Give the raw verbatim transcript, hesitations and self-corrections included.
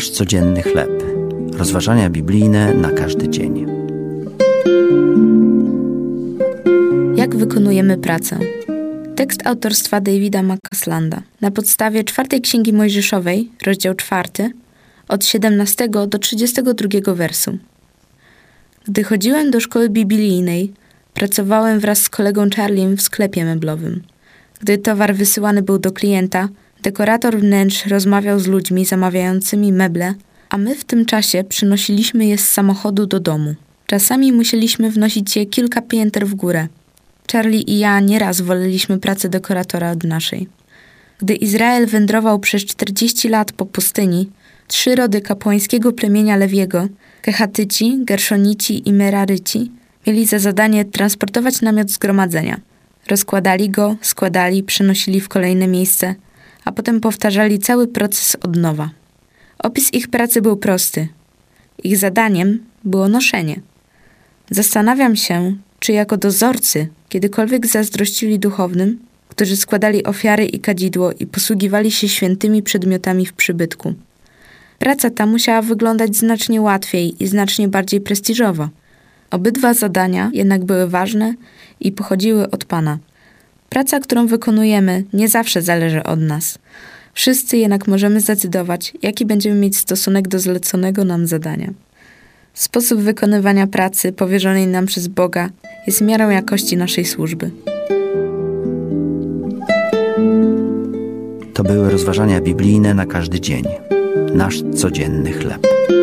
Nasz codzienny chleb. Rozważania biblijne na każdy dzień. Jak wykonujemy pracę? Tekst autorstwa Davida McCaslanda. Na podstawie czwartej Księgi Mojżeszowej, rozdział czwarty, od siedemnastego do trzydziestego drugiego wersu. Gdy chodziłem do szkoły biblijnej, pracowałem wraz z kolegą Charliem w sklepie meblowym. Gdy towar wysyłany był do klienta, dekorator wnętrz rozmawiał z ludźmi zamawiającymi meble, a my w tym czasie przynosiliśmy je z samochodu do domu. Czasami musieliśmy wnosić je kilka pięter w górę. Charlie i ja nieraz woleliśmy pracę dekoratora od naszej. Gdy Izrael wędrował przez czterdzieści lat po pustyni, trzy rody kapłańskiego plemienia Lewiego, Kehatyci, Gerszonici i Meraryci, mieli za zadanie transportować namiot zgromadzenia. Rozkładali go, składali, przenosili w kolejne miejsce, a potem powtarzali cały proces od nowa. Opis ich pracy był prosty. Ich zadaniem było noszenie. Zastanawiam się, czy jako dozorcy kiedykolwiek zazdrościli duchownym, którzy składali ofiary i kadzidło i posługiwali się świętymi przedmiotami w przybytku. Praca ta musiała wyglądać znacznie łatwiej i znacznie bardziej prestiżowo. Obydwa zadania jednak były ważne i pochodziły od Pana. Praca, którą wykonujemy, nie zawsze zależy od nas. Wszyscy jednak możemy zdecydować, jaki będziemy mieć stosunek do zleconego nam zadania. Sposób wykonywania pracy powierzonej nam przez Boga jest miarą jakości naszej służby. To były rozważania biblijne na każdy dzień. Nasz codzienny chleb.